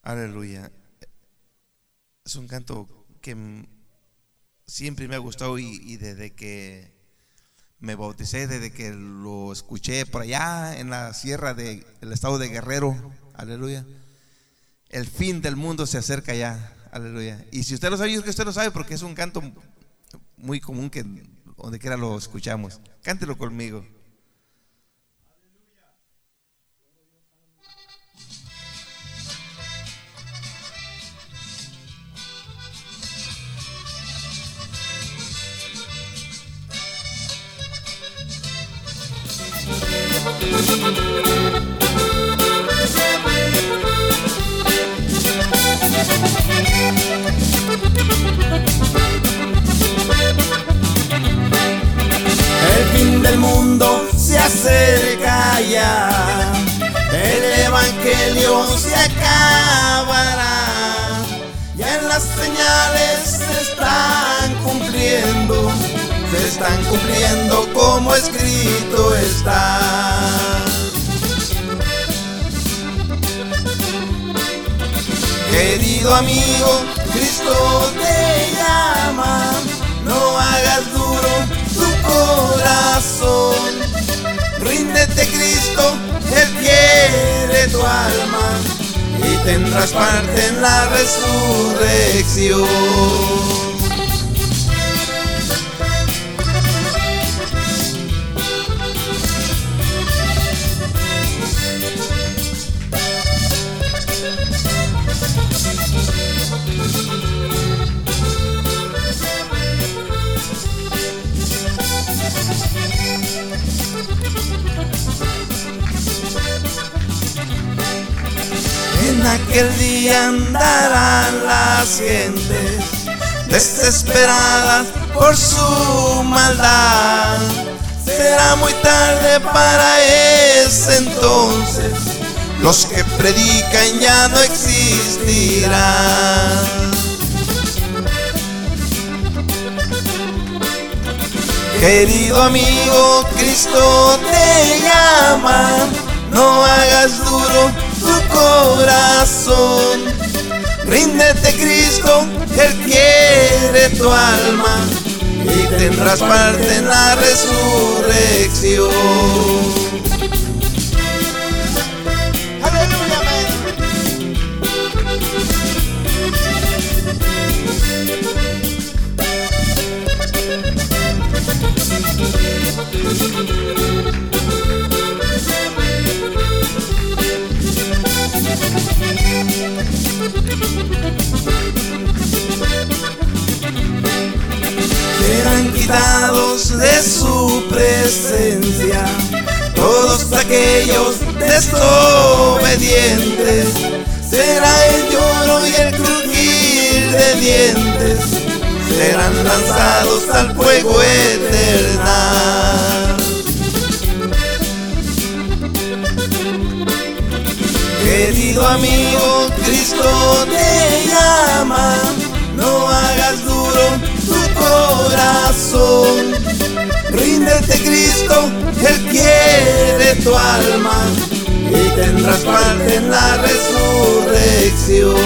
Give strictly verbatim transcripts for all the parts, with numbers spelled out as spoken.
Aleluya. Es un canto que siempre me ha gustado y, y desde que me bauticé, desde que lo escuché por allá en la sierra del estado de Guerrero, aleluya. El fin del mundo se acerca ya, aleluya. Y si usted lo sabe, yo creo que usted lo sabe porque es un canto muy común que donde quiera lo escuchamos. Cántelo conmigo. El fin del mundo se acerca ya, el evangelio se acabará, ya las señales se están cumpliendo, se están cumpliendo como escrito está. Querido amigo, Cristo te llama, no hagas duro tu corazón. Ríndete, Cristo, Él quiere tu alma y tendrás parte en la resurrección. En aquel día andarán las gentes desesperadas por su maldad. Será muy tarde para ese entonces, los que predican ya no existirán. Querido amigo, Cristo te llama, no hagas duro tu corazón. Ríndete, Cristo, Él quiere tu alma y tendrás parte en la resurrección. Aleluya, amén. Serán quitados de su presencia todos aquellos desobedientes. Será el lloro y el crujir de dientes, serán lanzados al fuego eternal. Querido amigo, Cristo te llama, no hagas duro tu corazón. Ríndete, Cristo, Él quiere tu alma y tendrás parte en la resurrección.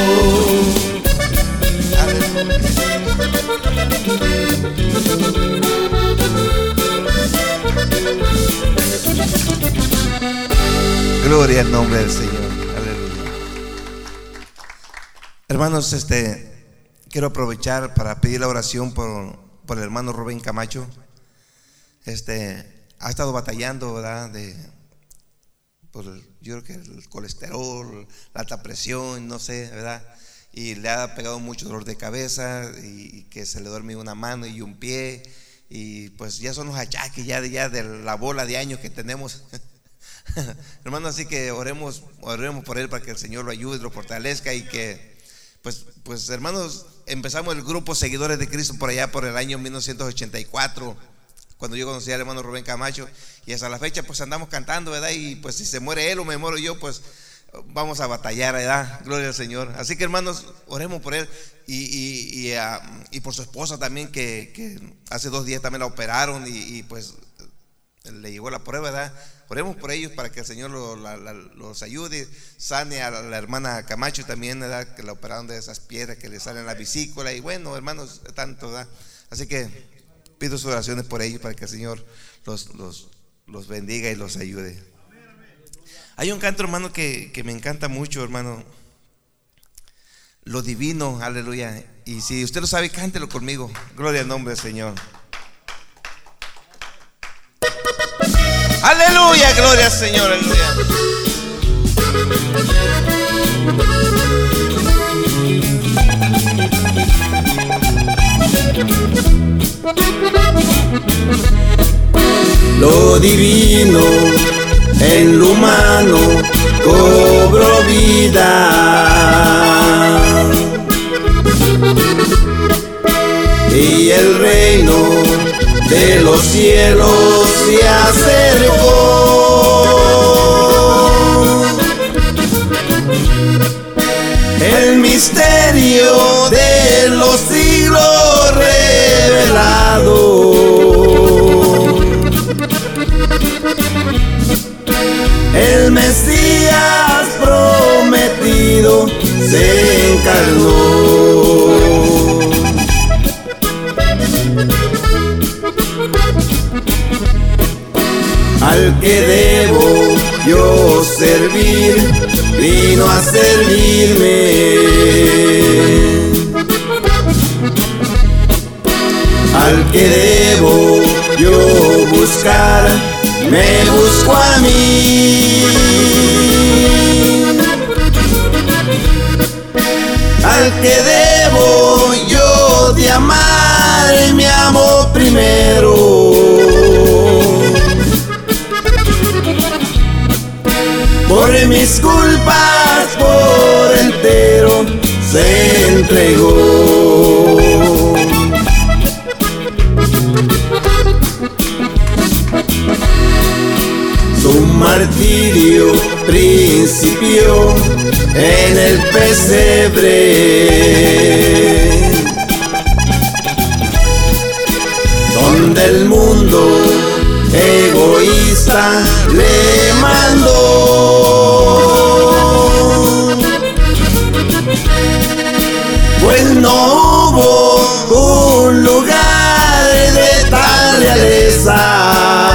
Gloria al nombre del Señor. Aleluya. Hermanos, este quiero aprovechar para pedir la oración por, por el hermano Rubén Camacho. Este ha estado batallando, ¿verdad? De, por el, yo creo que el colesterol, la alta presión, no sé, ¿verdad? Y le ha pegado mucho dolor de cabeza y, y que se le duerme una mano y un pie. Y pues ya son los achaques ya de, ya de la bola de años que tenemos. Hermano, así que oremos, oremos por él para que el Señor lo ayude, lo fortalezca y que Pues, pues hermanos, empezamos el grupo Seguidores de Cristo por allá por el año mil novecientos ochenta y cuatro, cuando yo conocí al hermano Rubén Camacho, y hasta la fecha pues andamos cantando, ¿verdad? Y pues si se muere él o me muero yo, pues vamos a batallar, ¿verdad? Gloria al Señor. Así que hermanos, oremos por él y, y, y, uh, y por su esposa también, que, que hace dos días también la operaron y, y pues le llegó la prueba, ¿verdad? oremos por ellos para que el Señor lo, la, la, los ayude, sane a la, la hermana Camacho también, ¿verdad? Que la operaron de esas piedras que le salen en la vesícula, y bueno, hermanos, tanto, ¿verdad? Así que pido sus oraciones por ellos para que el Señor los, los, los bendiga y los ayude. Hay un canto, hermano, que, que me encanta mucho, hermano. Lo divino, aleluya. Y si usted lo sabe, cántelo conmigo. Gloria al nombre del Señor. Aleluya, gloria al Señor, aleluya. Lo divino en lo humano cobró vida, y el reino de los cielos se acercó. El misterio de los siglos revelado, el Mesías prometido se encarnó. Al que debo yo servir, vino a servirme. Al que debo yo buscar, me busco a mí. Al que debo yo de amar, me amo primero. Por mis culpas por entero se entregó. Su martirio principió en el pesebre, donde el mundo egoísta le mandó. Pues no hubo un lugar de tal realeza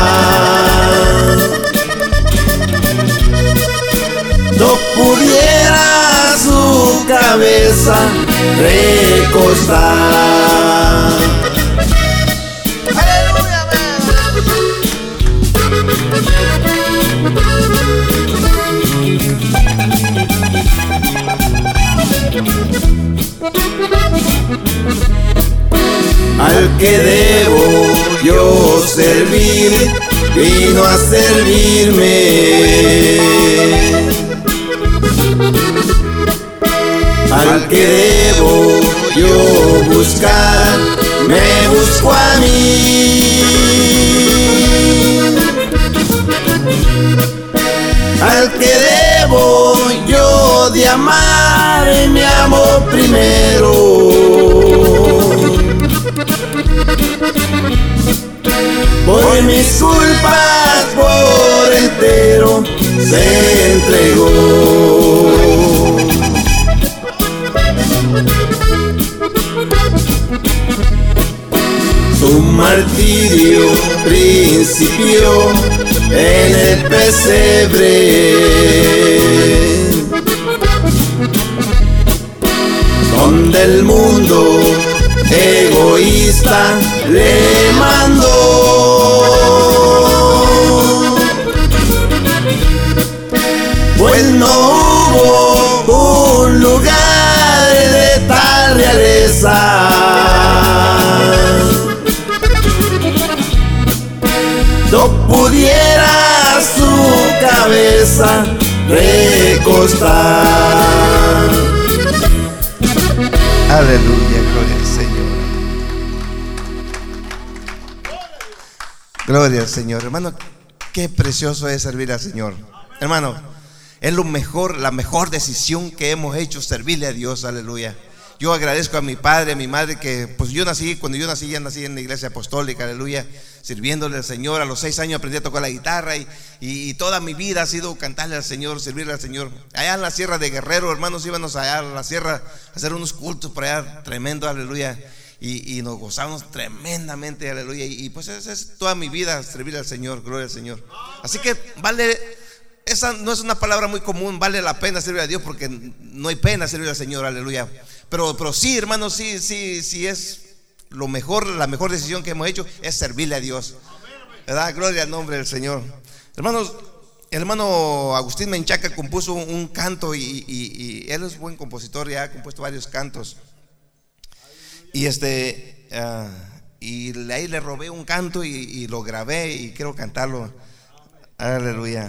no pudiera su cabeza recostar. ¡Aleluya! Al que debo yo servir, vino a servirme. Al que debo yo buscar, me busco a mí. Al que debo yo de amar, me amo primero. Por mis culpas por entero se entregó. Su martirio principió en el pesebre, donde el mundo egoísta le mandó. Pues no hubo un lugar de tal realeza no pudiera su cabeza recostar. Aleluya, gloria al Señor. Gloria al Señor. Hermano, qué precioso es servir al Señor. Hermano, es lo mejor, la mejor decisión que hemos hecho, servirle a Dios, aleluya. yo agradezco a mi padre, a mi madre, que pues yo nací, cuando yo nací, ya nací en la iglesia apostólica, aleluya, sirviéndole al Señor. A los seis años aprendí a tocar la guitarra y, y, y toda mi vida ha sido cantarle al Señor, servirle al Señor. Allá en la sierra de Guerrero, hermanos, íbamos allá a la sierra a hacer unos cultos por allá, tremendo, aleluya. Y, y nos gozamos tremendamente, aleluya. Y, y pues esa es toda mi vida, servir al Señor, gloria al Señor. Así que vale, esa no es una palabra muy común, vale la pena servir a Dios, porque no hay pena servir al Señor, aleluya. Pero, pero sí, hermanos, sí, sí, sí es lo mejor, la mejor decisión que hemos hecho es servirle a Dios, ¿verdad? Gloria al nombre del Señor. Hermanos, el hermano Agustín Menchaca compuso un, un canto y, y, y él es buen compositor, ya ha compuesto varios cantos. Y este uh, y ahí le robé un canto y, y lo grabé y quiero cantarlo. Aleluya.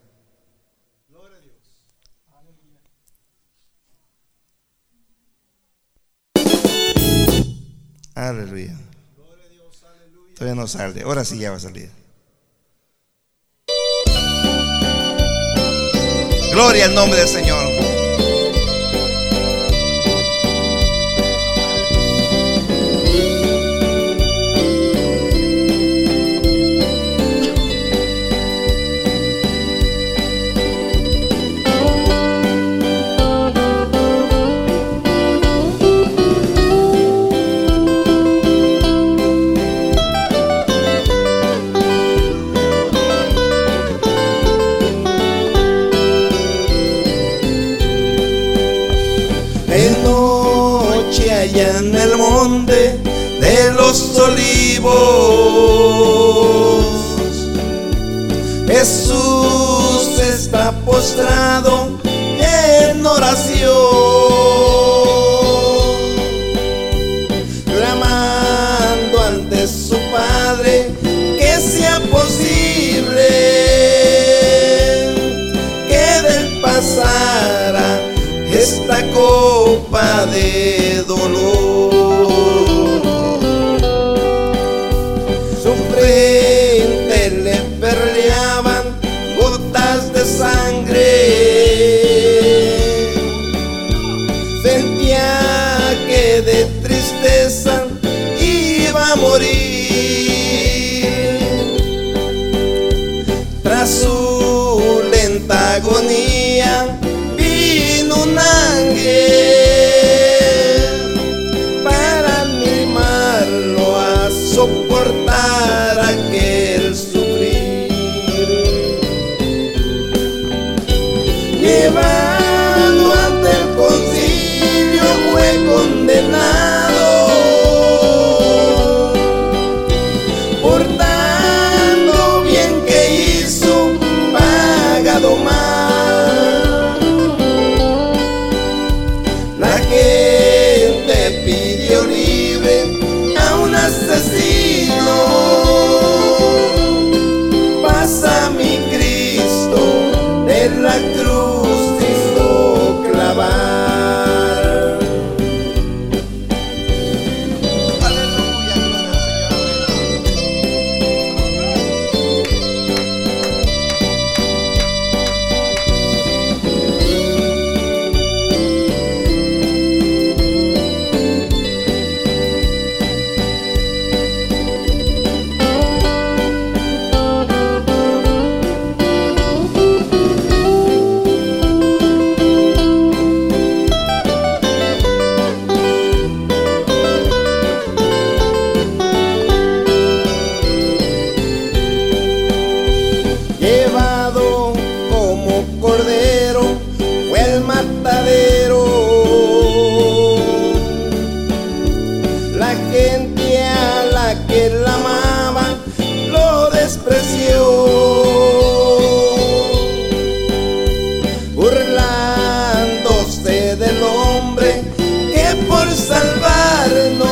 Aleluya. Todavía no sale. Ahora sí ya va a salir. Gloria al nombre del Señor. Allá en el monte de los olivos, Jesús está postrado en oración, clamando ante su Padre que sea posible que de él pasara esta copa de dolor. Su frente le perleaban gotas de sangre, sentía que de tristeza iba a morir. Tras su lenta agonía vino un ángel para animarlo a soportar aquel sufrir, llevado ante el concilio fue condenado, por tanto bien que hizo pagado mal. La gente pidió libre a un asesino, pasa mi Cristo de la cruz hizo clavar. Aleluya, gloria al Llevado como cordero fue el matadero, la gente a la que la amaba lo despreció, burlándose del hombre que por salvarnos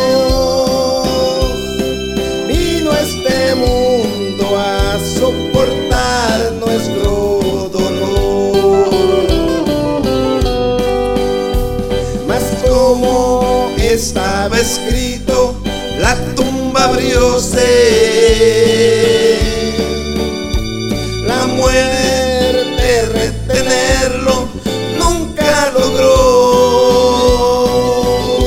vino a este mundo a soportar nuestro dolor. Mas como estaba escrito, la tumba abrióse, la muerte retenerlo nunca logró.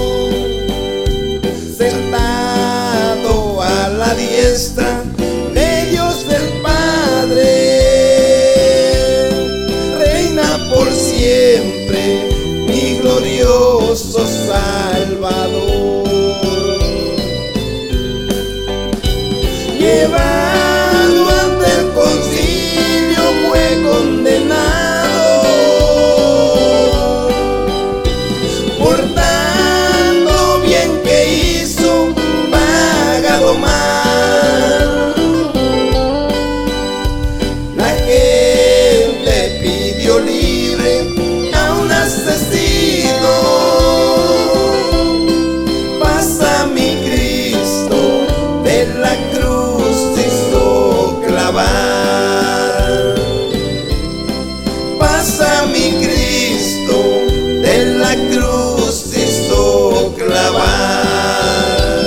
siempre, mi glorioso Salvador. Llevado ante el concilio fue condenado por tanto bien que hizo, pagado mal. La gente pidió libre a un asesino. Pasa mi Cristo de la cruz hizo clavar. Pasa mi Cristo de la cruz hizo clavar.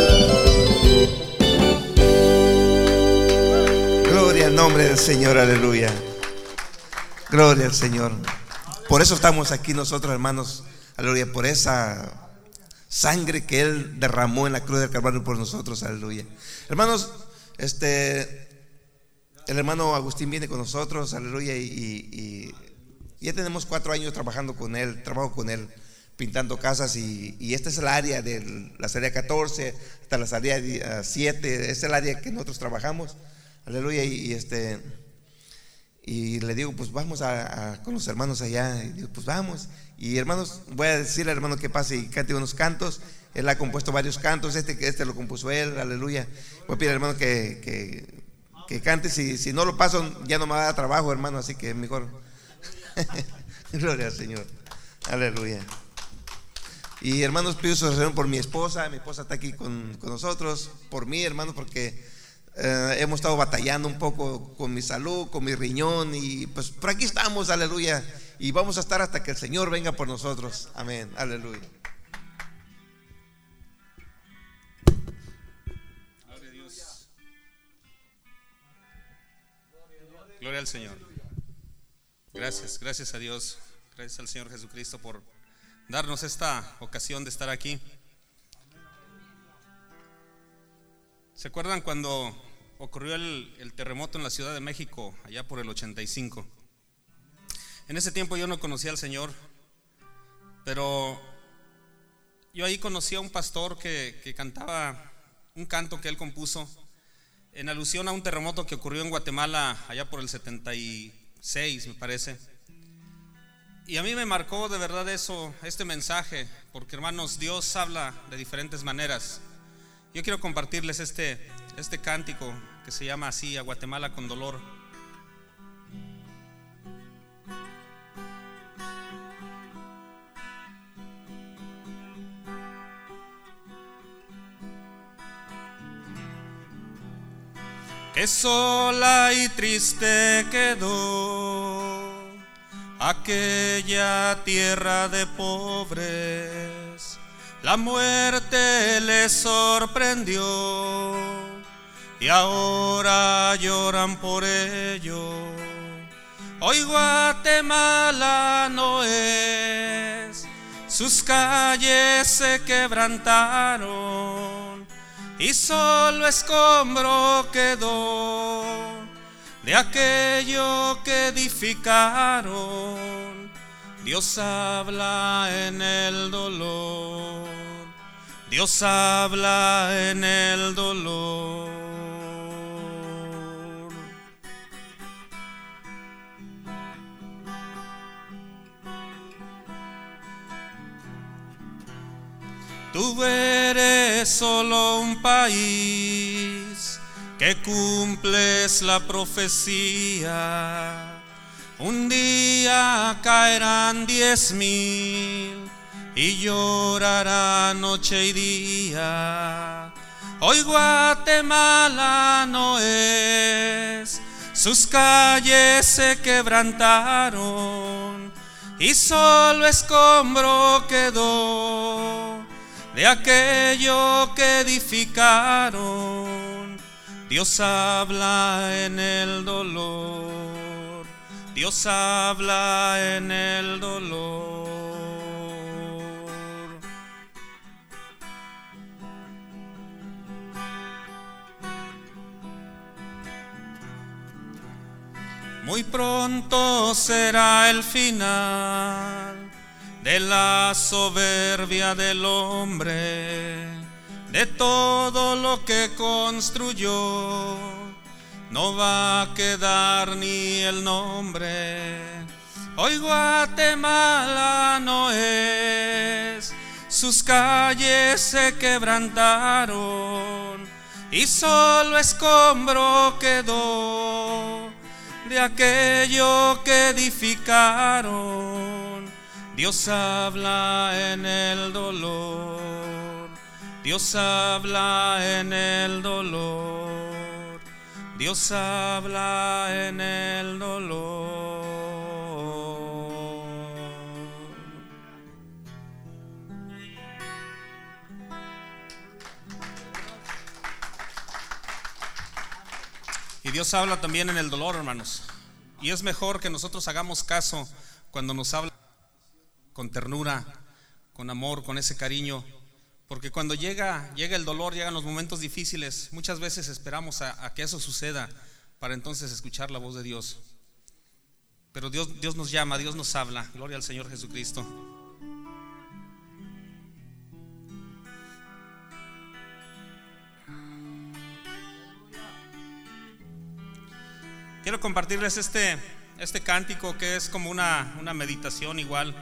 Gloria al nombre del Señor, aleluya. Gloria al Señor. Por eso estamos aquí nosotros, hermanos, aleluya, por esa sangre que Él derramó en la cruz del Calvario por nosotros, aleluya. Hermanos, este, el hermano Agustín viene con nosotros, aleluya, y, y, y ya tenemos cuatro años trabajando con él, trabajo con él, pintando casas, y, y esta es el área de la salida catorce hasta la salida siete, es el área que nosotros trabajamos, aleluya, y, y este... Y le digo, pues vamos a, a, con los hermanos allá. Y digo, pues vamos. Y hermanos, voy a decirle al hermano que pase y cante unos cantos. Él ha compuesto varios cantos. Este, este lo compuso él, aleluya. Voy a pedir al hermano que, que, que cante. Si, si no lo paso, ya no me va a dar trabajo, hermano. Así que mejor. Gloria al Señor, aleluya. Y hermanos, pido su oración por mi esposa. Mi esposa está aquí con, con nosotros. Por mí, hermanos, porque Eh, hemos estado batallando un poco con mi salud, con mi riñón, y pues por aquí estamos, aleluya, y vamos a estar hasta que el Señor venga por nosotros, amén, aleluya. Gloria a Dios. Gloria al Señor. Gracias, gracias a Dios, gracias al Señor Jesucristo por darnos esta ocasión de estar aquí. ¿Se acuerdan cuando ocurrió el, el terremoto en la Ciudad de México, allá por el ochenta y cinco? En ese tiempo yo no conocía al Señor, pero yo ahí conocí a un pastor que, que cantaba un canto que él compuso en alusión a un terremoto que ocurrió en Guatemala, allá por el setenta y seis, me parece. Y a mí me marcó de verdad eso, este mensaje, porque hermanos, Dios habla de diferentes maneras. Yo quiero compartirles este, este cántico que se llama así, A Guatemala con Dolor. Que sola y triste quedó aquella tierra de pobres. La muerte les sorprendió y ahora lloran por ello. Hoy Guatemala no es, sus calles se quebrantaron y solo escombro quedó de aquello que edificaron. Dios habla en el dolor, Dios habla en el dolor. Tú eres solo un país que cumples la profecía. Un día caerán diez mil y llorará noche y día. Hoy Guatemala no es, sus calles se quebrantaron y solo escombro quedó de aquello que edificaron. Dios habla en el dolor, Dios habla en el dolor. Muy muy pronto será el final de la soberbia del hombre, de todo lo que construyó. No va a quedar ni el nombre. Hoy Guatemala no es, sus calles se quebrantaron y solo escombro quedó de aquello que edificaron. Dios habla en el dolor, Dios habla en el dolor, Dios habla en el dolor. Y Dios habla también en el dolor, hermanos. Y es mejor que nosotros hagamos caso cuando nos habla con ternura, con amor, con ese cariño. Porque cuando llega, llega el dolor, llegan los momentos difíciles, muchas veces esperamos a, a que eso suceda para entonces escuchar la voz de Dios. Pero Dios, Dios nos llama, Dios nos habla. Gloria al Señor Jesucristo. Quiero compartirles este, este cántico que es como una, una meditación igual.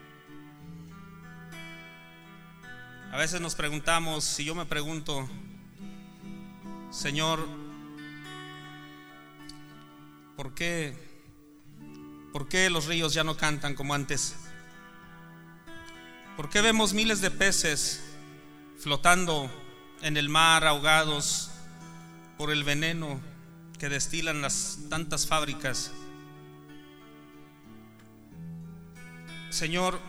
A veces nos preguntamos, si yo me pregunto, Señor, ¿por qué, ¿por qué los ríos ya no cantan como antes? ¿Por qué vemos miles de peces flotando en el mar, ahogados por el veneno que destilan las tantas fábricas? Señor,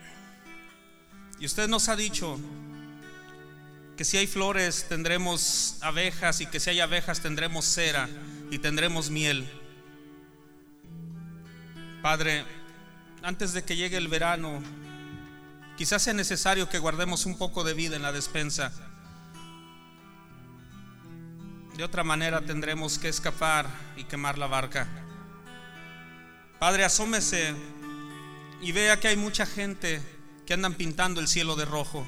y usted nos ha dicho que si hay flores tendremos abejas, y que si hay abejas tendremos cera y tendremos miel. Padre, antes de que llegue el verano, quizás sea necesario que guardemos un poco de vida en la despensa. De otra manera tendremos que escapar y quemar la barca. Padre, asómese y vea que hay mucha gente que andan pintando el cielo de rojo.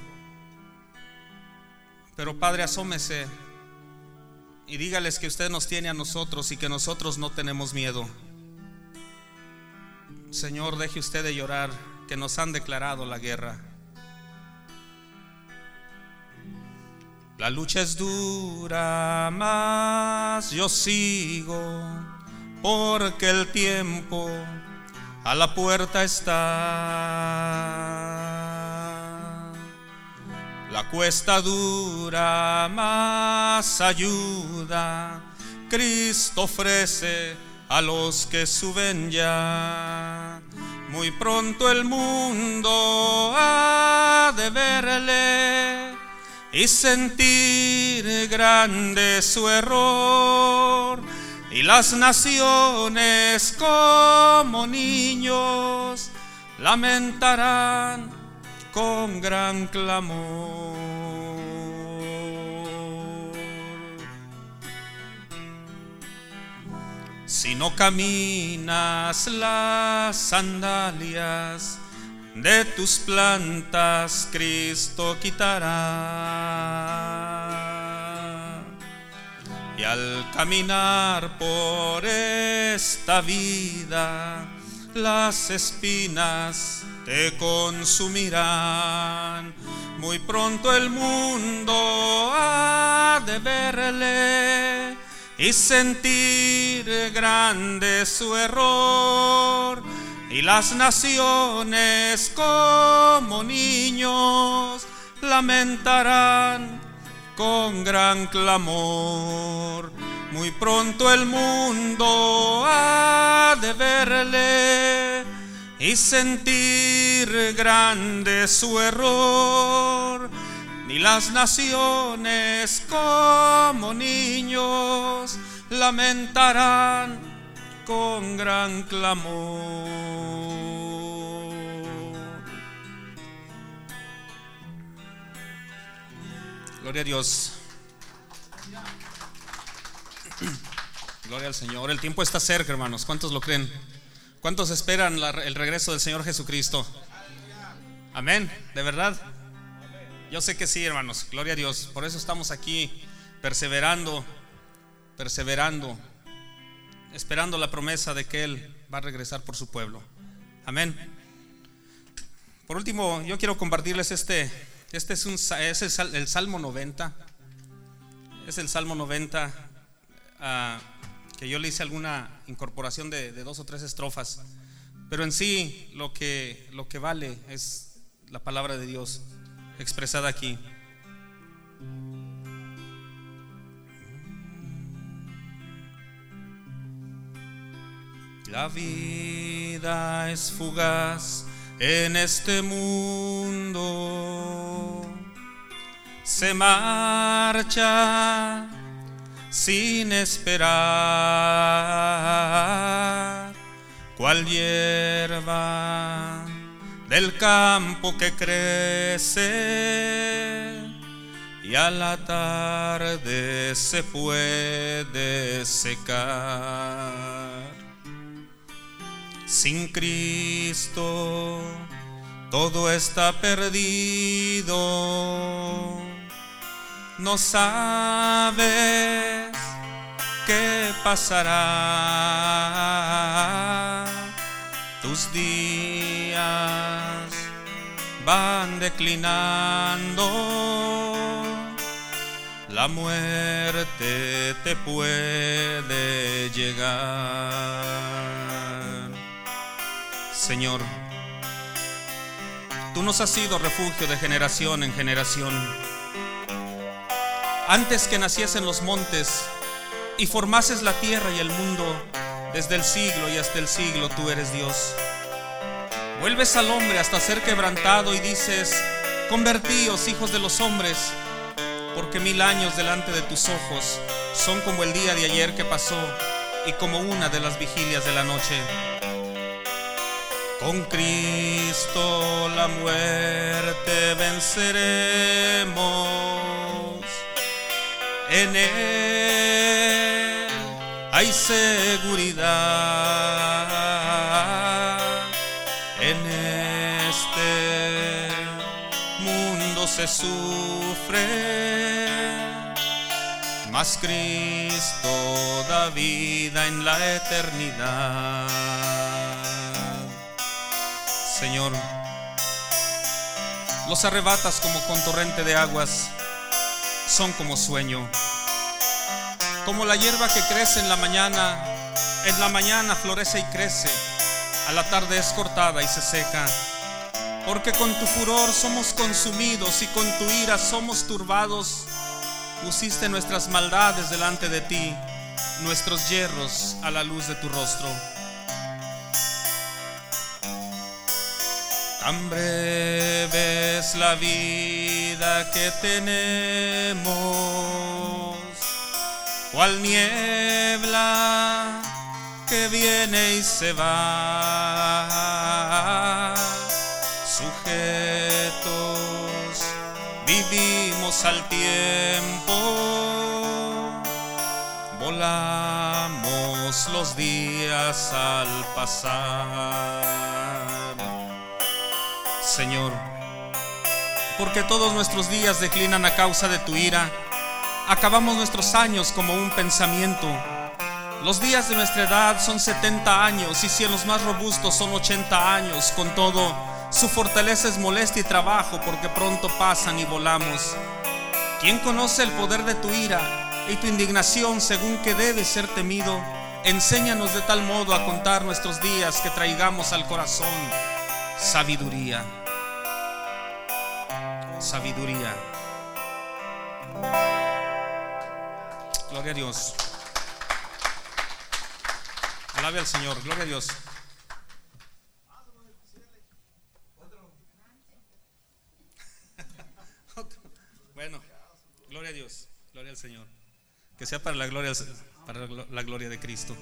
Pero Padre, asómese y dígales que usted nos tiene a nosotros y que nosotros no tenemos miedo. Señor, deje usted de llorar, que nos han declarado la guerra. La lucha es dura, mas yo sigo, porque el tiempo a la puerta está. La cuesta dura, mas ayuda Cristo ofrece a los que suben ya. Muy pronto el mundo ha de verle y sentir grande su error, y las naciones como niños lamentarán con gran clamor. Si no caminas las sandalias de tus plantas, Cristo quitará. Y al caminar por esta vida, las espinas te consumirán. Muy pronto el mundo ha de verle y sentir grande su error, y las naciones como niños lamentarán con gran clamor. Muy pronto el mundo ha de verle y sentir grande su error, ni las naciones como niños lamentarán con gran clamor. Gloria a Dios. Gloria al Señor. El tiempo está cerca, hermanos. ¿Cuántos lo creen? ¿Cuántos esperan la, el regreso del Señor Jesucristo? Amén, ¿de verdad? Yo sé que sí, hermanos. Gloria a Dios. Por eso estamos aquí perseverando, perseverando, esperando la promesa de que Él va a regresar por su pueblo. Amén. Por último, yo quiero compartirles este. Este es, un, es el, el Salmo noventa. Es el Salmo noventa, uh, que yo le hice alguna incorporación de, de dos o tres estrofas. Pero en sí lo que, lo que vale es la palabra de Dios expresada aquí. La vida es fugaz en este mundo, se marcha sin esperar, cual hierba del campo que crece y a la tarde se puede secar. Sin Cristo todo está perdido. No sabes qué pasará. Tus días van declinando. La muerte te puede llegar. Señor, Tú nos has sido refugio de generación en generación. Antes que naciesen los montes y formases la tierra y el mundo, desde el siglo y hasta el siglo tú eres Dios. Vuelves al hombre hasta ser quebrantado y dices: convertíos, hijos de los hombres, porque mil años delante de tus ojos son como el día de ayer que pasó y como una de las vigilias de la noche. Con Cristo la muerte venceremos, en Él hay seguridad. En este mundo se sufre, mas Cristo da vida en la eternidad. Señor, los arrebatas como con torrente de aguas, son como sueño, como la hierba que crece en la mañana. En la mañana florece y crece, a la tarde es cortada y se seca. Porque con tu furor somos consumidos y con tu ira somos turbados. Pusiste nuestras maldades delante de ti, nuestros yerros a la luz de tu rostro. Tan breve es la vida que tenemos, cual niebla que viene y se va. Sujetos vivimos al tiempo, volamos los días al pasar. Señor, porque todos nuestros días declinan a causa de tu ira, acabamos nuestros años como un pensamiento. Los días de nuestra edad son setenta años, y si en los más robustos son ochenta años. Con todo, su fortaleza es molestia y trabajo, porque pronto pasan y volamos. ¿Quién conoce el poder de tu ira y tu indignación según que debe ser temido? Enséñanos de tal modo a contar nuestros días que traigamos al corazón sabiduría. Sabiduría. Gloria a Dios. Alabe al Señor. Gloria a Dios. Bueno, gloria a Dios. Gloria al Señor. Que sea para la gloria, para la gloria de Cristo.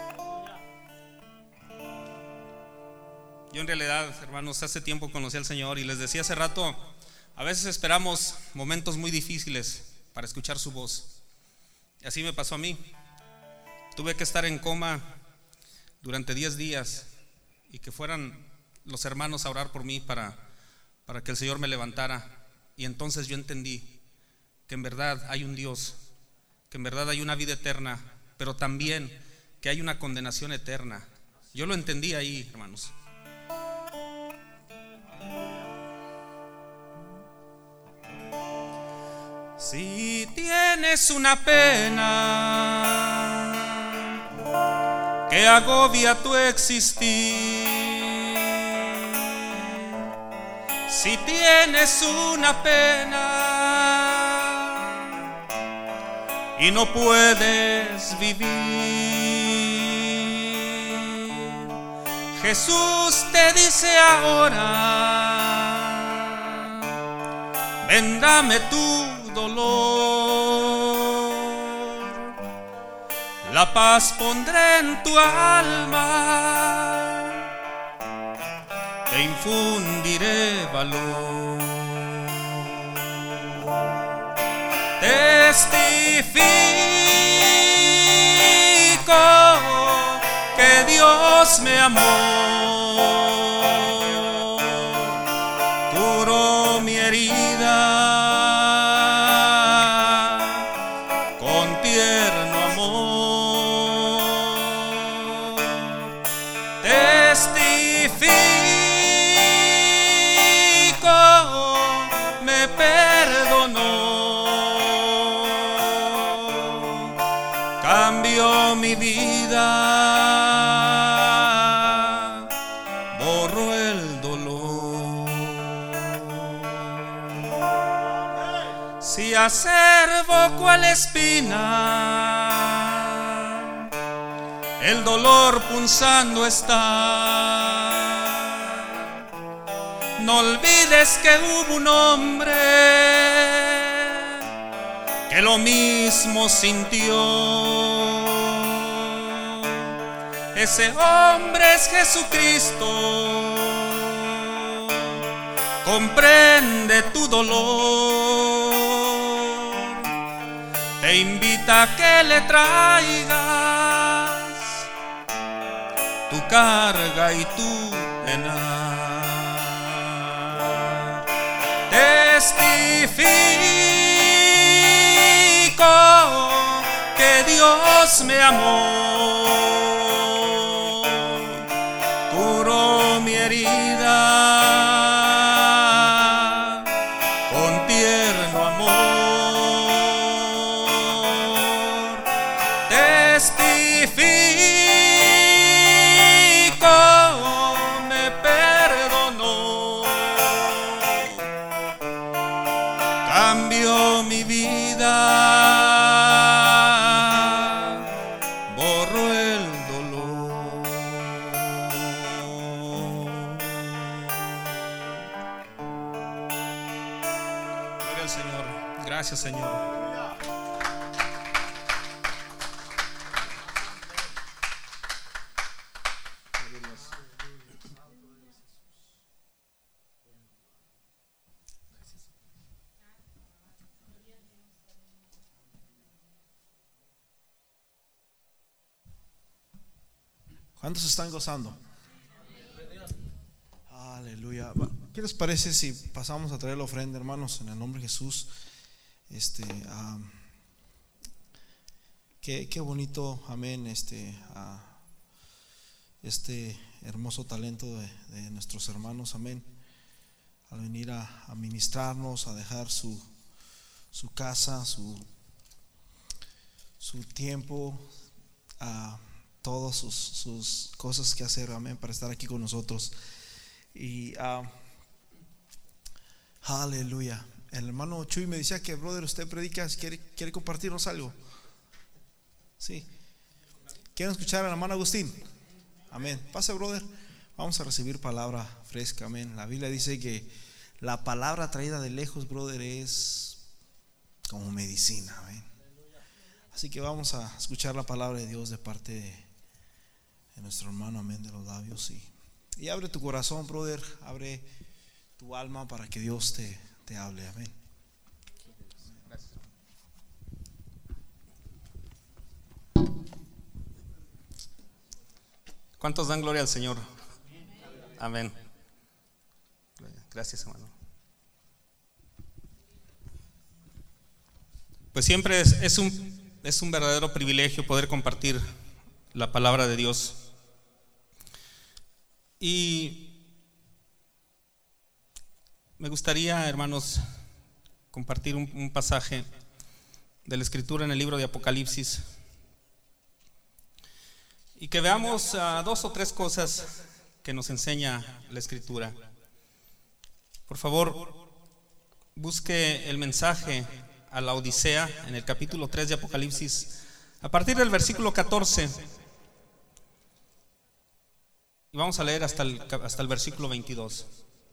Yo en realidad, hermanos, hace tiempo conocí al Señor y les decía hace rato, a veces esperamos momentos muy difíciles para escuchar su voz. Y así me pasó a mí. tuve que estar en coma durante diez días y que fueran los hermanos a orar por mí para, para que el Señor me levantara. Y entonces yo entendí que en verdad hay un Dios, que en verdad hay una vida eterna, pero también que hay una condenación eterna. Yo lo entendí ahí, hermanos. Si tienes una pena que agobia tu existir, si tienes una pena y no puedes vivir, Jesús te dice ahora: ven, dame tu dolor, la paz pondré en tu alma, te infundiré valor. Testifico que Dios me amó, curó mi herida con tierno amor. Testifico me perdonó, cambió mi vida, borró el dolor. Si acervo cual espina, el dolor punzando está, no olvides que hubo un hombre que lo mismo sintió. Ese hombre es Jesucristo, comprende tu dolor, te invita a que le traigas tu carga y tu pena. Testifico que Dios me amó, curó mi herida con tierno amor. Testifico me perdonó, cambió mi vida, borró el dolor. Gloria al Señor. Gracias, Señor. ¿Cuántos están gozando? Aleluya. ¿Qué les parece si pasamos a traer la ofrenda, hermanos, en el nombre de Jesús? Este, um, qué, qué bonito, amén. Este, uh, este hermoso talento de, de nuestros hermanos, amén. Al venir a, a ministrarnos, a dejar su, su casa, su, su tiempo, a todas sus, sus cosas que hacer, amén, para estar aquí con nosotros. Y uh, aleluya. El hermano Chuy me decía que, brother, usted predica, quiere, quiere compartirnos algo. Sí. ¿Quieren escuchar al hermano Agustín? Amén. Pase, brother. Vamos a recibir palabra fresca, amén. La Biblia dice que la palabra traída de lejos, brother, es como medicina, amén. Así que vamos a escuchar la palabra de Dios de parte de de nuestro hermano, amén, de los labios. Y, y abre tu corazón, brother, abre tu alma para que Dios te, te hable, amén. Gracias. ¿Cuántos dan gloria al Señor? Amén. Gracias, hermano. Pues siempre es, es, un, es un verdadero privilegio poder compartir la palabra de Dios. Y me gustaría, hermanos, compartir un, un pasaje de la Escritura en el libro de Apocalipsis y que veamos uh, dos o tres cosas que nos enseña la Escritura. Por favor, busque el mensaje a la Odisea en el capítulo tres de Apocalipsis, a partir del versículo catorce, y vamos a leer hasta el, hasta el versículo veintidós.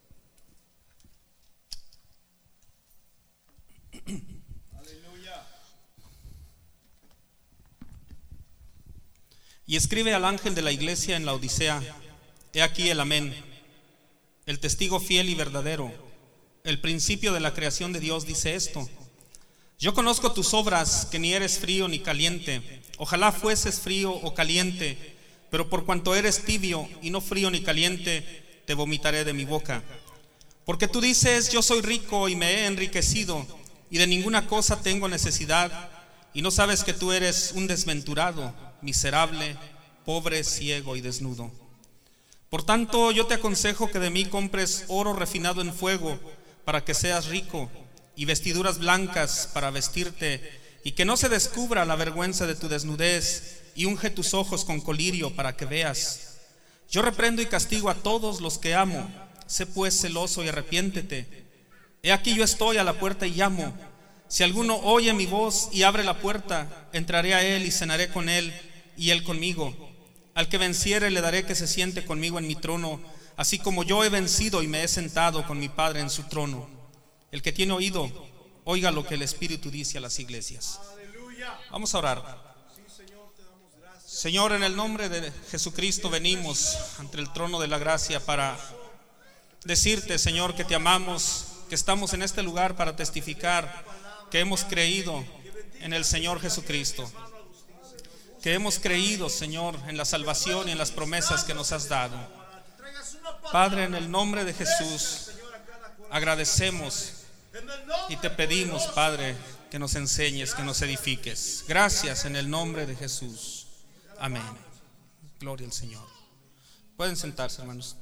Y escribe al ángel de la iglesia en la Odisea: he aquí el amén, el testigo fiel y verdadero, el principio de la creación de Dios, dice esto: yo conozco tus obras, que ni eres frío ni caliente. Ojalá fueses frío o caliente, pero por cuanto eres tibio y no frío ni caliente, te vomitaré de mi boca. Porque tú dices: yo soy rico y me he enriquecido, y de ninguna cosa tengo necesidad, y no sabes que tú eres un desventurado, miserable, pobre, ciego y desnudo. Por tanto, yo te aconsejo que de mí compres oro refinado en fuego, para que seas rico, y vestiduras blancas para vestirte, y que no se descubra la vergüenza de tu desnudez, y unge tus ojos con colirio para que veas. Yo reprendo y castigo a todos los que amo. Sé pues celoso y arrepiéntete. He aquí yo estoy a la puerta y llamo. Si alguno oye mi voz y abre la puerta, entraré a él y cenaré con él, y él conmigo. Al que venciere le daré que se siente conmigo en mi trono, así como yo he vencido y me he sentado con mi Padre en su trono. El que tiene oído, oiga lo que el Espíritu dice a las iglesias. Vamos a orar. Señor, en el nombre de Jesucristo venimos ante el trono de la gracia para decirte, Señor, que te amamos, que estamos en este lugar para testificar que hemos creído en el Señor Jesucristo, que hemos creído, Señor, en la salvación y en las promesas que nos has dado. Padre, en el nombre de Jesús, agradecemos y te pedimos, Padre, que nos enseñes, que nos edifiques. Gracias en el nombre de Jesús. Amén. Gloria al Señor. Pueden sentarse, hermanos.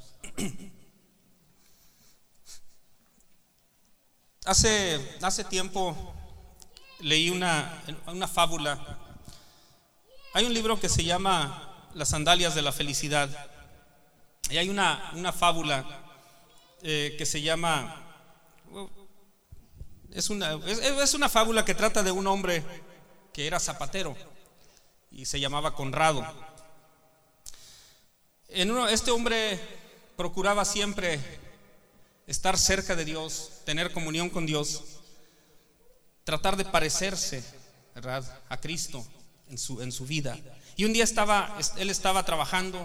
Hace, hace tiempo leí una, una fábula. Hay un libro que se llama Las sandalias de la felicidad. Y hay una, una fábula eh, que se llama... Es una, es, es una fábula que trata de un hombre que era zapatero y se llamaba Conrado. En uno, este hombre procuraba siempre estar cerca de Dios, tener comunión con Dios, tratar de parecerse, ¿verdad?, a Cristo en su, en su vida. Y un día estaba, él estaba trabajando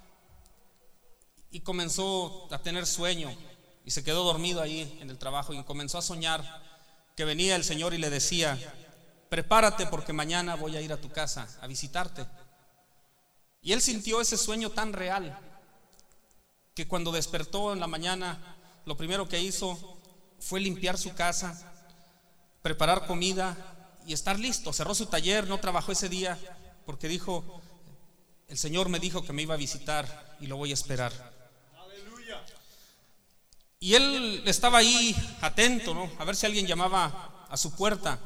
y comenzó a tener sueño y se quedó dormido ahí en el trabajo y comenzó a soñar que venía el Señor y le decía: prepárate porque mañana voy a ir a tu casa a visitarte. Y él sintió ese sueño tan real que cuando despertó en la mañana, lo primero que hizo fue limpiar su casa, preparar comida y estar listo. Cerró su taller, no trabajó ese día porque dijo: el Señor me dijo que me iba a visitar y lo voy a esperar. Y él estaba ahí atento, ¿no?, a ver si alguien llamaba a su puerta.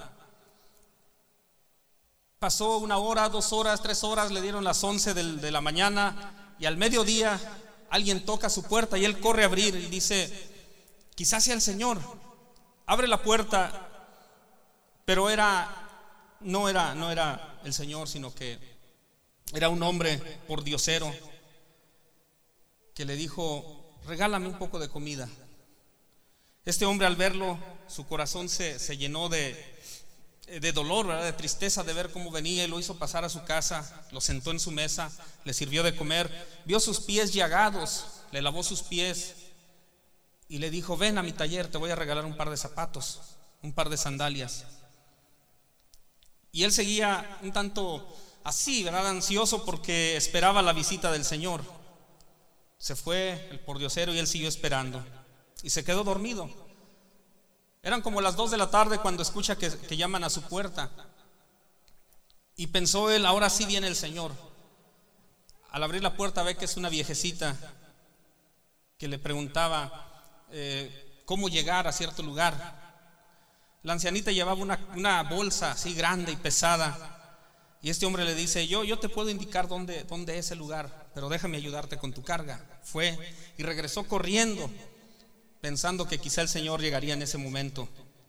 Pasó una hora, dos horas, tres horas, le dieron las once de, de la mañana y al mediodía alguien toca su puerta y él corre a abrir y dice: quizás sea el Señor. Abre la puerta, pero era, no era, no era el Señor, sino que era un hombre pordiosero que le dijo: regálame un poco de comida. Este hombre, al verlo, su corazón se, se llenó de, de dolor, ¿verdad?, de tristeza de ver cómo venía, y lo hizo pasar a su casa, lo sentó en su mesa, le sirvió de comer, vio sus pies llagados, le lavó sus pies y le dijo: ven a mi taller, te voy a regalar un par de zapatos, un par de sandalias. Y él seguía un tanto así, ¿verdad? Ansioso porque esperaba la visita del Señor. Se fue el pordiosero y él siguió esperando y se quedó dormido. Eran como las dos de la tarde cuando escucha que, que llaman a su puerta. Y pensó él, ahora sí viene el Señor. Al abrir la puerta ve que es una viejecita que le preguntaba eh, cómo llegar a cierto lugar. La ancianita llevaba una, una bolsa así grande y pesada. Y este hombre le dice, yo, yo te puedo indicar dónde, dónde es el lugar, pero déjame ayudarte con tu carga. Fue y regresó corriendo, pensando que quizá el Señor llegaría en ese momento.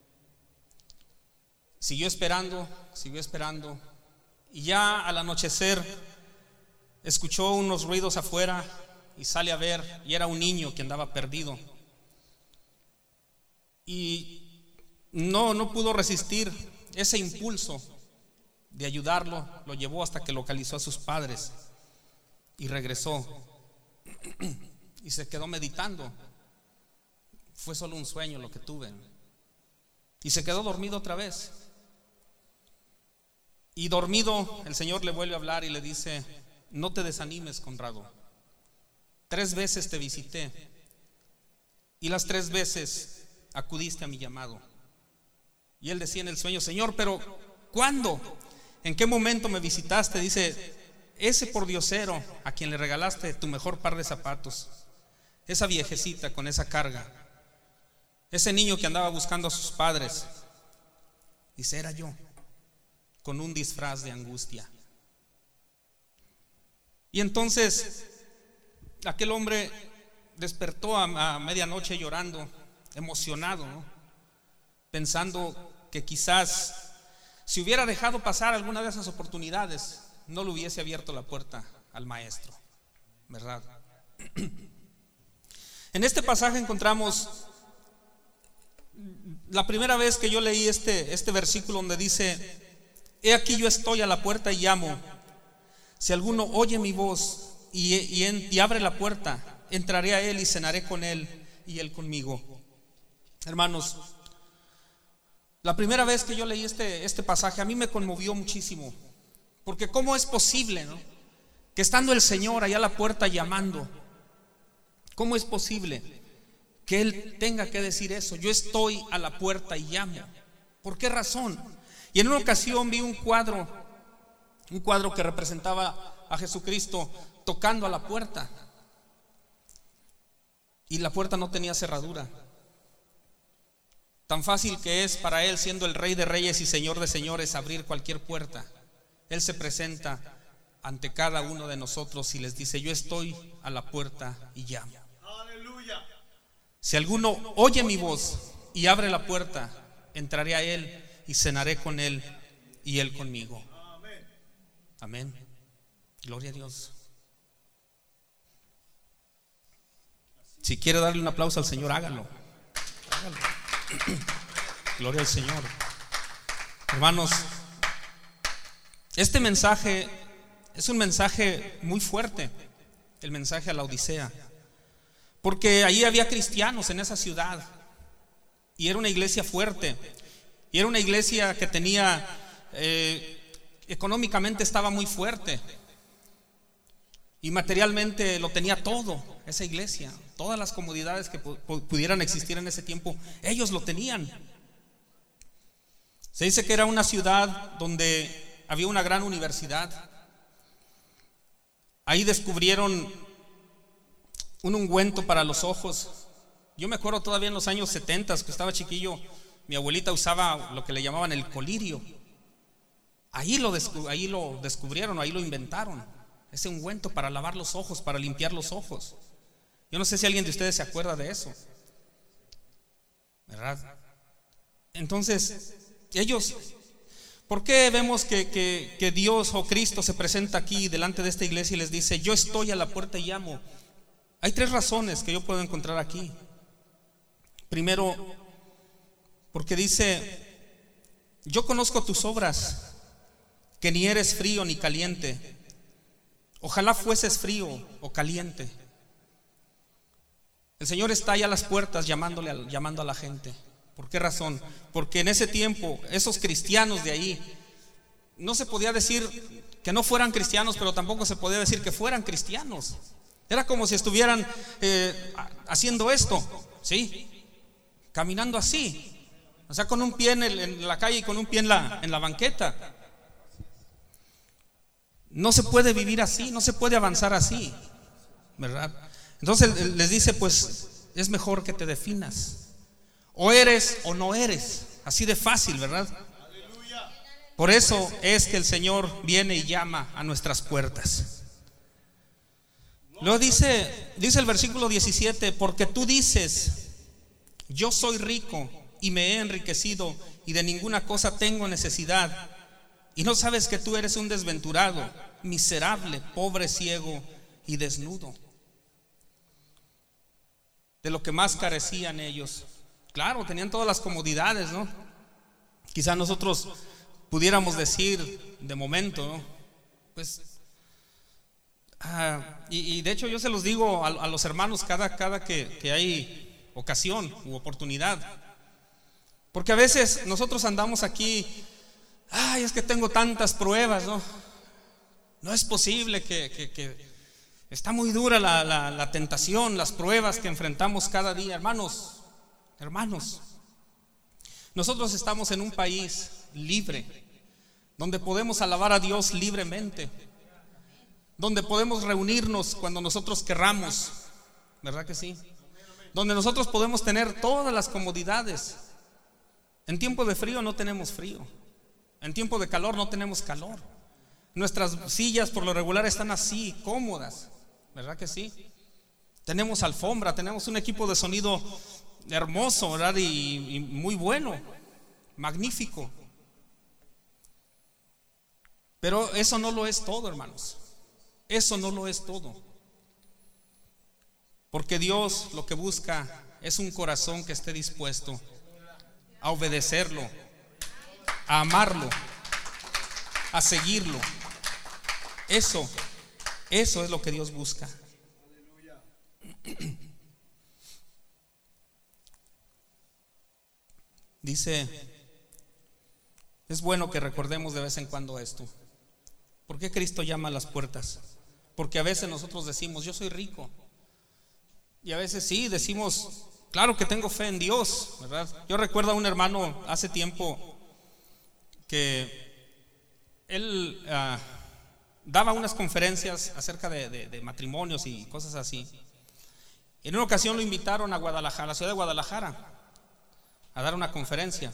Siguió esperando, siguió esperando. Y ya al anochecer escuchó unos ruidos afuera y sale a ver, y era un niño que andaba perdido. Y no, no pudo resistir ese impulso de ayudarlo, lo llevó hasta que localizó a sus padres y regresó y se quedó meditando. Fue solo un sueño lo que tuve. Y se quedó dormido otra vez. Y dormido el Señor le vuelve a hablar y le dice, no te desanimes, Conrado. Tres veces te visité y las tres veces acudiste a mi llamado. Y él decía en el sueño, Señor, pero ¿cuándo? ¿En qué momento me visitaste? Dice, ese pordiosero a quien le regalaste tu mejor par de zapatos, esa viejecita con esa carga, ese niño que andaba buscando a sus padres, dice, era yo, con un disfraz de angustia. Y entonces aquel hombre despertó a, a medianoche llorando, emocionado, ¿no? Pensando que quizás si hubiera dejado pasar alguna de esas oportunidades, no le hubiese abierto la puerta al maestro, ¿verdad? En este pasaje encontramos la primera vez que yo leí este, este versículo donde dice, he aquí yo estoy a la puerta y llamo. Si alguno oye mi voz y, y, en, y abre la puerta, entraré a él y cenaré con él y él conmigo. Hermanos, la primera vez que yo leí este, este pasaje a mí me conmovió muchísimo. Porque ¿cómo es posible, no? Que estando el Señor allá a la puerta llamando, ¿cómo es posible que Él tenga que decir eso? Yo estoy a la puerta y llamo. ¿Por qué razón? Y en una ocasión vi un cuadro, un cuadro que representaba a Jesucristo tocando a la puerta. Y la puerta no tenía cerradura. Tan fácil que es para Él, siendo el Rey de Reyes y Señor de Señores, abrir cualquier puerta. Él se presenta ante cada uno de nosotros y les dice, yo estoy a la puerta y llamo. Aleluya. Si alguno oye mi voz y abre la puerta, entraré a Él y cenaré con Él y Él conmigo. Amén. Amén. Gloria a Dios. Si quiere darle un aplauso al Señor, hágalo. Hágalo. Gloria al Señor. Hermanos, este mensaje es un mensaje muy fuerte, el mensaje a la Odisea, porque ahí había cristianos en esa ciudad y era una iglesia fuerte, y era una iglesia que tenía eh, económicamente estaba muy fuerte y materialmente lo tenía todo. Esa iglesia, todas las comodidades que pudieran existir en ese tiempo, ellos lo tenían. Se dice que era una ciudad donde había una gran universidad. Ahí descubrieron un ungüento para los ojos. Yo me acuerdo todavía en los años setenta, que estaba chiquillo, mi abuelita usaba lo que le llamaban el colirio. Ahí lo, descu- ahí lo descubrieron, ahí lo inventaron. Ese ungüento para lavar los ojos, para limpiar los ojos. Yo no sé si alguien de ustedes se acuerda de eso, ¿verdad? Entonces, ellos, ¿por qué vemos que, que, que Dios o Cristo se presenta aquí delante de esta iglesia y les dice, yo estoy a la puerta y llamo? Hay tres razones que yo puedo encontrar aquí. Primero, porque dice, yo conozco tus obras, que ni eres frío ni caliente. Ojalá fueses frío o caliente. El Señor está allá a las puertas llamándole a, llamando a la gente. ¿Por qué razón? Porque en ese tiempo esos cristianos de ahí no se podía decir que no fueran cristianos, pero tampoco se podía decir que fueran cristianos. Era como si estuvieran eh, haciendo esto, ¿sí? Caminando así, o sea, con un pie en, el, en la calle y con un pie en la, en la banqueta. No se puede vivir así, no se puede avanzar así, ¿verdad? Entonces les dice, pues es mejor que te definas. O eres o no eres, así de fácil, ¿verdad? Por eso es que el Señor viene y llama a nuestras puertas. Luego dice, dice el versículo diecisiete, porque tú dices, yo soy rico y me he enriquecido y de ninguna cosa tengo necesidad, y no sabes que tú eres un desventurado, miserable, pobre, ciego y desnudo. De lo que más carecían ellos. Claro, tenían todas las comodidades, ¿no? Quizá nosotros pudiéramos decir de momento, ¿no? Pues ah, y, y de hecho yo se los digo a, a los hermanos cada, cada que, que hay ocasión u oportunidad, porque a veces nosotros andamos aquí, ay, es que tengo tantas pruebas, ¿no? No es posible que, que, que está muy dura la, la, la tentación, las pruebas que enfrentamos cada día. Hermanos, hermanos, nosotros estamos en un país libre, donde podemos alabar a Dios libremente, donde podemos reunirnos cuando nosotros querramos, ¿verdad que sí? Donde nosotros podemos tener todas las comodidades. En tiempo de frío no tenemos frío, en tiempo de calor no tenemos calor. Nuestras sillas por lo regular están así, cómodas, ¿verdad que sí? Tenemos alfombra, tenemos un equipo de sonido hermoso, ¿verdad? Y, y muy bueno, magnífico. Pero eso no lo es todo, hermanos. Eso no lo es todo. Porque Dios lo que busca es un corazón que esté dispuesto a obedecerlo, a amarlo, a seguirlo. Eso, eso es lo que Dios busca. Dice, es bueno que recordemos de vez en cuando esto. ¿Por qué Cristo llama a las puertas? Porque a veces nosotros decimos, yo soy rico. Y a veces sí, decimos, claro que tengo fe en Dios, ¿verdad? Yo recuerdo a un hermano hace tiempo que él uh, daba unas conferencias acerca de, de, de matrimonios y cosas así. En una ocasión lo invitaron a Guadalajara, a la ciudad de Guadalajara, a dar una conferencia.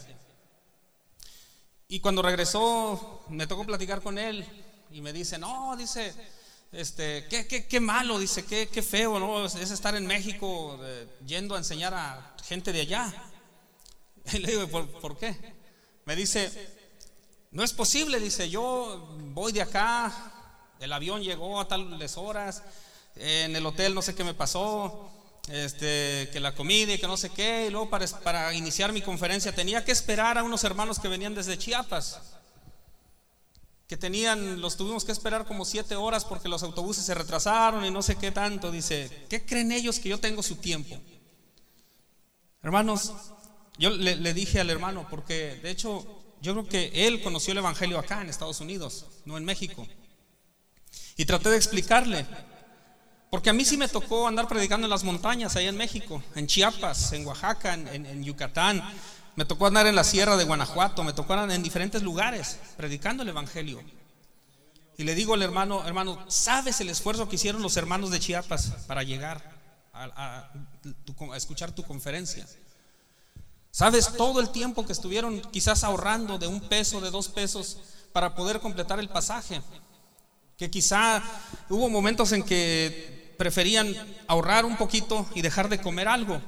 Y cuando regresó, me tocó platicar con él y me dice, no, dice, este, qué, qué, qué malo, dice, qué, qué feo, ¿no? Es estar en México eh, yendo a enseñar a gente de allá. Y le digo, ¿por, ¿por qué? Me dice, no es posible, dice, yo voy de acá, el avión llegó a tales horas, en el hotel no sé qué me pasó, este, que la comida y que no sé qué, y luego para, para iniciar mi conferencia tenía que esperar a unos hermanos que venían desde Chiapas, que tenían, los tuvimos que esperar como siete horas porque los autobuses se retrasaron y no sé qué tanto. Dice, ¿qué creen ellos que yo tengo su tiempo? Hermanos, yo le, le dije al hermano, porque de hecho yo creo que él conoció el evangelio acá en Estados Unidos, no en México, y traté de explicarle, porque a mí sí me tocó andar predicando en las montañas allá en México, en Chiapas, en Oaxaca, en, en, en Yucatán. Me tocó andar en la sierra de Guanajuato, me tocó andar en diferentes lugares predicando el evangelio. Y le digo al hermano, hermano, ¿sabes el esfuerzo que hicieron los hermanos de Chiapas para llegar a, a, a escuchar tu conferencia? ¿Sabes todo el tiempo que estuvieron quizás ahorrando de un peso, de dos pesos para poder completar el pasaje? Que quizá hubo momentos en que preferían ahorrar un poquito y dejar de comer algo.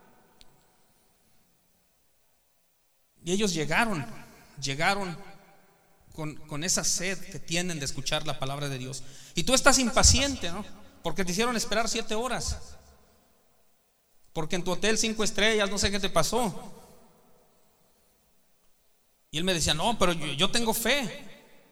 Y ellos llegaron, llegaron con, con esa sed que tienen de escuchar la palabra de Dios. Y tú estás impaciente, ¿no? Porque te hicieron esperar siete horas. Porque en tu hotel cinco estrellas, no sé qué te pasó. Y él me decía, no, pero yo, yo tengo fe.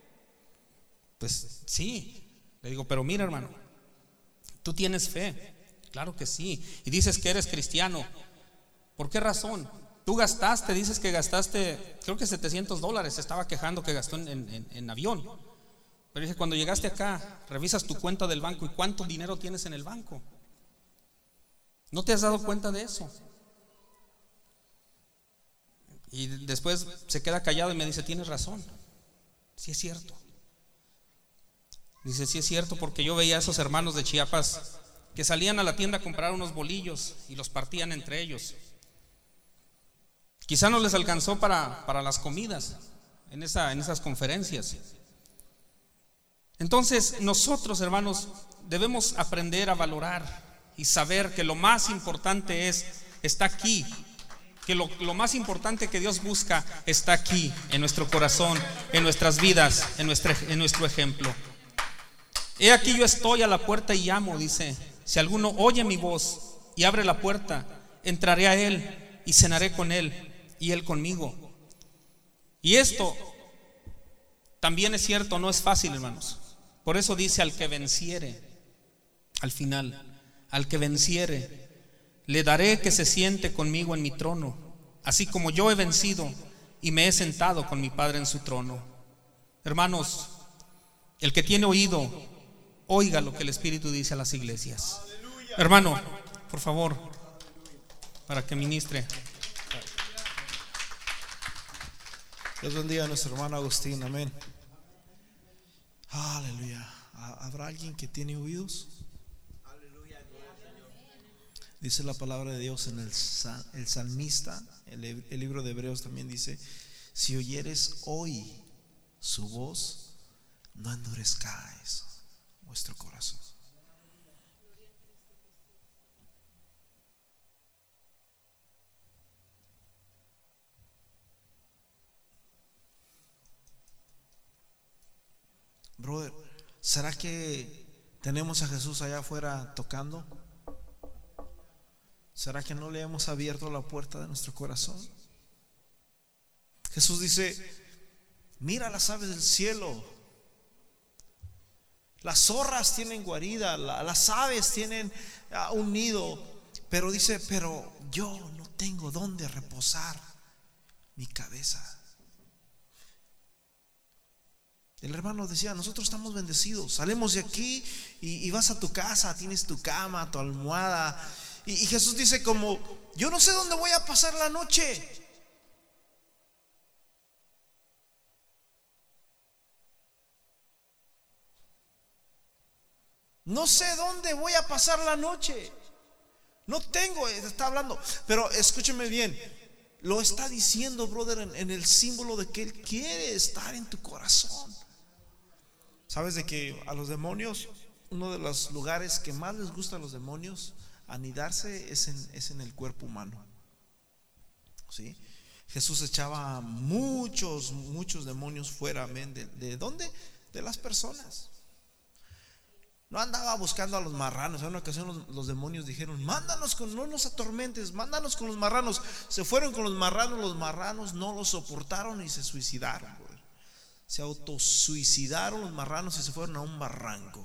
Pues sí. Le digo, pero mira, hermano, tú tienes fe. Claro que sí. Y dices que eres cristiano. ¿Por qué razón? Tú gastaste, dices que gastaste, creo que setecientos dólares, se estaba quejando que gastó en, en, en avión. Pero dije, cuando llegaste acá, revisas tu cuenta del banco y cuánto dinero tienes en el banco. ¿No te has dado cuenta de eso? Y después se queda callado y me dice, tienes razón, sí es cierto. Dice, sí es cierto, porque yo veía a esos hermanos de Chiapas que salían a la tienda a comprar unos bolillos y los partían entre ellos. Quizá no les alcanzó para, para las comidas en, esa, en esas conferencias. Entonces nosotros, hermanos, debemos aprender a valorar y saber que lo más importante es, está aquí. Que lo, lo más importante que Dios busca está aquí, en nuestro corazón, en nuestras vidas, en, nuestra, en nuestro ejemplo. He aquí yo estoy a la puerta y llamo, dice, si alguno oye mi voz y abre la puerta, entraré a él y cenaré con él y él conmigo. Y esto también es cierto, no es fácil, hermanos. Por eso dice, al que venciere, al final, al que venciere, le daré que se siente conmigo en mi trono, así como yo he vencido y me he sentado con mi Padre en su trono. Hermanos, el que tiene oído, oiga lo que el Espíritu dice a las iglesias. Hermano, por favor, para que ministre. Dios bendiga a nuestro hermano Agustín, amén. Aleluya. ¿Habrá alguien que tiene oídos? Dice la palabra de Dios en el, el salmista, el, el libro de Hebreos también dice, si oyeres hoy su voz, no endurezcáis vuestro corazón. Brother, ¿será que tenemos a Jesús allá afuera tocando? ¿Será que no le hemos abierto la puerta de nuestro corazón? Jesús dice, mira las aves del cielo, las zorras tienen guarida, las aves tienen un nido, pero dice, pero yo no tengo dónde reposar mi cabeza. El hermano decía, nosotros estamos bendecidos, salimos de aquí y, y vas a tu casa, tienes tu cama, tu almohada. Y, y Jesús dice como, yo no sé dónde voy a pasar la noche. No sé dónde voy a pasar la noche. No tengo, está hablando. Pero escúcheme bien, lo está diciendo, brother, en, en el símbolo de que Él quiere estar en tu corazón. ¿Sabes de que a los demonios, uno de los lugares que más les gusta a los demonios anidarse es en, es en el cuerpo humano? ¿Sí? Jesús echaba muchos, muchos demonios fuera, amén. ¿De, de dónde? De las personas. No andaba buscando a los marranos. En una ocasión los, los demonios dijeron, mándanos con, no nos atormentes, mándanos con los marranos. Se fueron con los marranos, los marranos no los soportaron y se suicidaron, brother. Se autosuicidaron los marranos y se fueron a un barranco.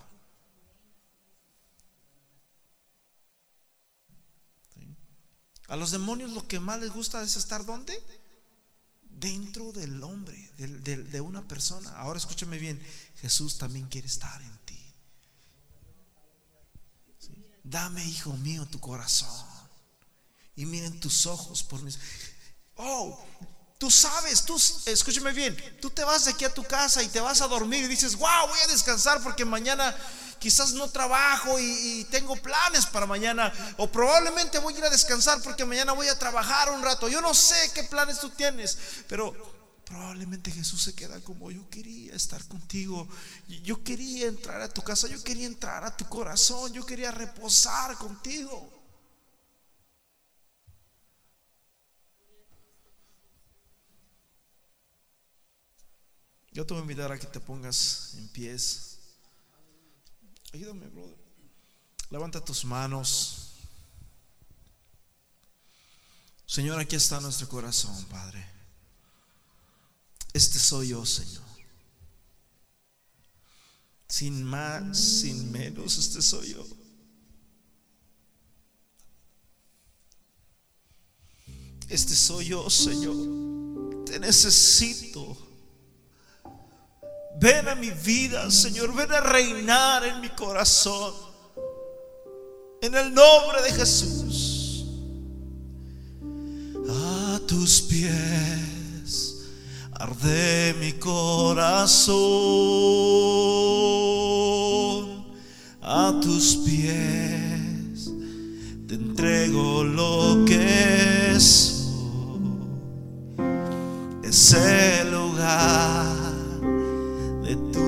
¿Sí? A los demonios lo que más les gusta es estar ¿dónde? Dentro del hombre, de, de, de una persona. Ahora escúchame bien, Jesús también quiere estar en ti. ¿Sí? Dame, hijo mío, tu corazón y miren tus ojos por mis. Oh, tú sabes, tú, escúchame bien, tú te vas de aquí a tu casa y te vas a dormir y dices, wow, voy a descansar porque mañana quizás no trabajo y, y tengo planes para mañana, o probablemente voy a ir a descansar porque mañana voy a trabajar un rato. Yo no sé qué planes tú tienes, pero probablemente Jesús se queda como, yo quería estar contigo, yo quería entrar a tu casa, yo quería entrar a tu corazón, yo quería reposar contigo. Yo te voy a invitar a que te pongas en pies. Ayúdame, brother. Levanta tus manos. Señor, aquí está nuestro corazón, Padre. Este soy yo, Señor. Sin más, sin menos, este soy yo. este soy yo, Señor, te necesito. Ven a mi vida, Señor, ven a reinar en mi corazón, en el nombre de Jesús. A tus pies arde mi corazón, a tus pies te entrego lo que soy. Es el lugar de tu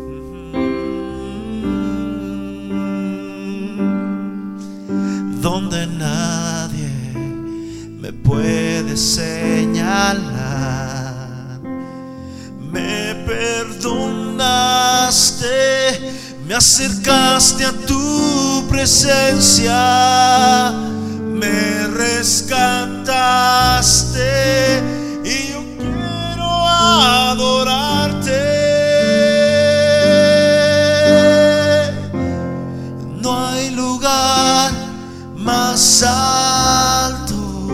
donde nadie me puede señalar. Me perdonaste, me acercaste a tu presencia, me rescataste y yo quiero adorarte. No hay lugar más alto,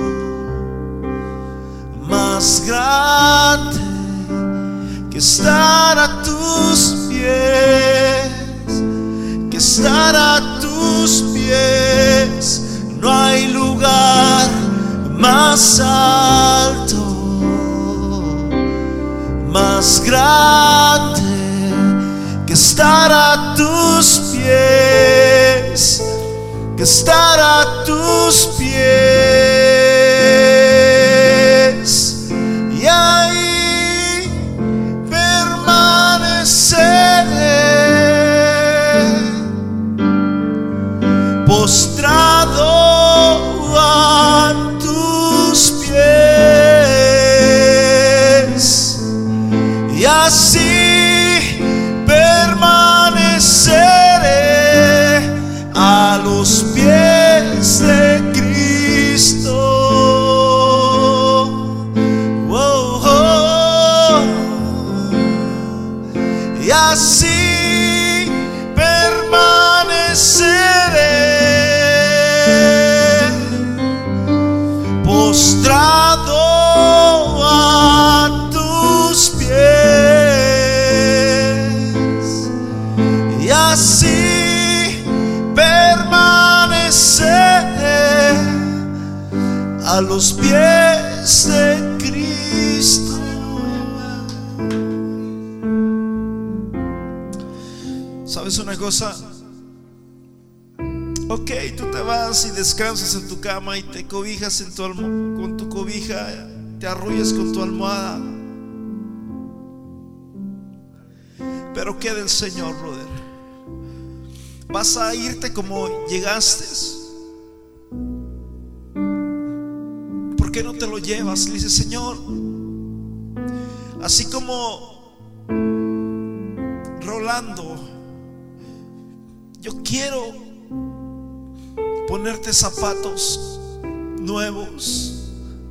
más grande que estar a tus pies, que estar a tus pies. No hay lugar más alto, más grande que estar a tus pies, que estar a tus pies. Y ahí permaneceré postrado a tus pies, y así permaneceré a los pies de Cristo. Oh, oh. Y así permaneceré postrado a tus pies, y así permaneceré a los pies de Cristo. ¿Sabes una cosa? Ok, tú te vas y descansas en tu cama y te cobijas en tu almo- con tu cobija, te arrullas con tu almohada. Pero ¿qué del Señor, brother? ¿Vas a irte como llegaste? ¿Por qué no te lo llevas? Le dices: Señor, así como Rolando, yo quiero ponerte zapatos nuevos.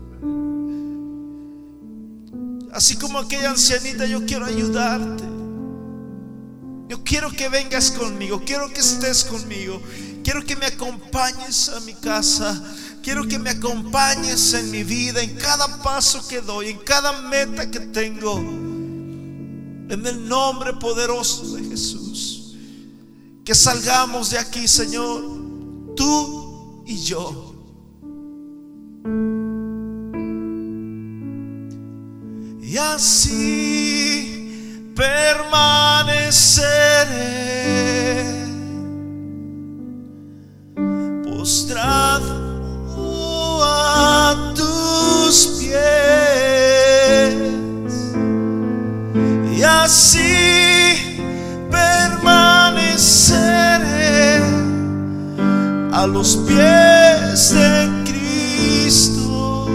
Así como aquella ancianita, yo quiero ayudarte. Yo quiero que vengas conmigo, quiero que estés conmigo, quiero que me acompañes a mi casa, quiero que me acompañes en mi vida, en cada paso que doy, en cada meta que tengo, en el nombre poderoso de Jesús. Que salgamos de aquí, Señor, tú y yo. Y así permaneceré postrado a tus pies, y así permaneceré a los pies de Cristo.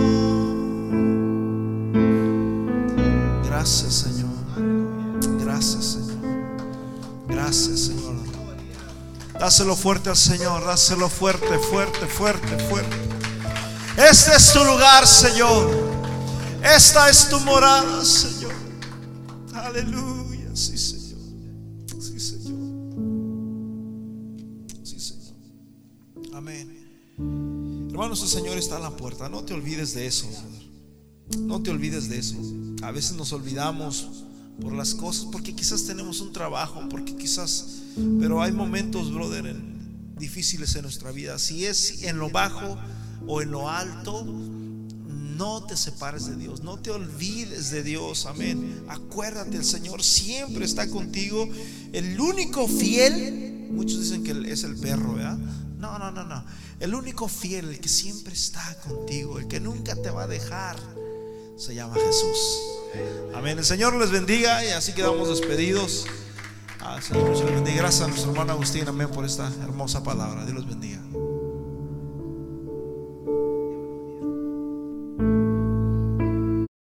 Gracias, Señor. Gracias, Señor. Gracias, Señor. Dáselo fuerte al Señor. Dáselo fuerte, fuerte, fuerte, fuerte. Este es tu lugar, Señor. Esta es tu morada, Señor. Aleluya. Sí, Señor. Sí, Señor. Sí, Señor. Amén. Hermanos, el Señor está a la puerta. No te olvides de eso, brother. No te olvides de eso. A veces nos olvidamos por las cosas, porque quizás tenemos un trabajo, porque quizás, pero hay momentos, brother, en, difíciles en nuestra vida. Si es en lo bajo o en lo alto, no te separes de Dios, no te olvides de Dios. Amén. Acuérdate, el Señor siempre está contigo. El único fiel, muchos dicen que es el perro, ¿verdad? No, no, no, no. El único fiel, el que siempre está contigo, el que nunca te va a dejar, se llama Jesús. Amén. El Señor les bendiga, y así quedamos despedidos. Ah, Señor, les bendiga. Gracias a nuestro hermano Agustín, amén, por esta hermosa palabra. Dios los bendiga.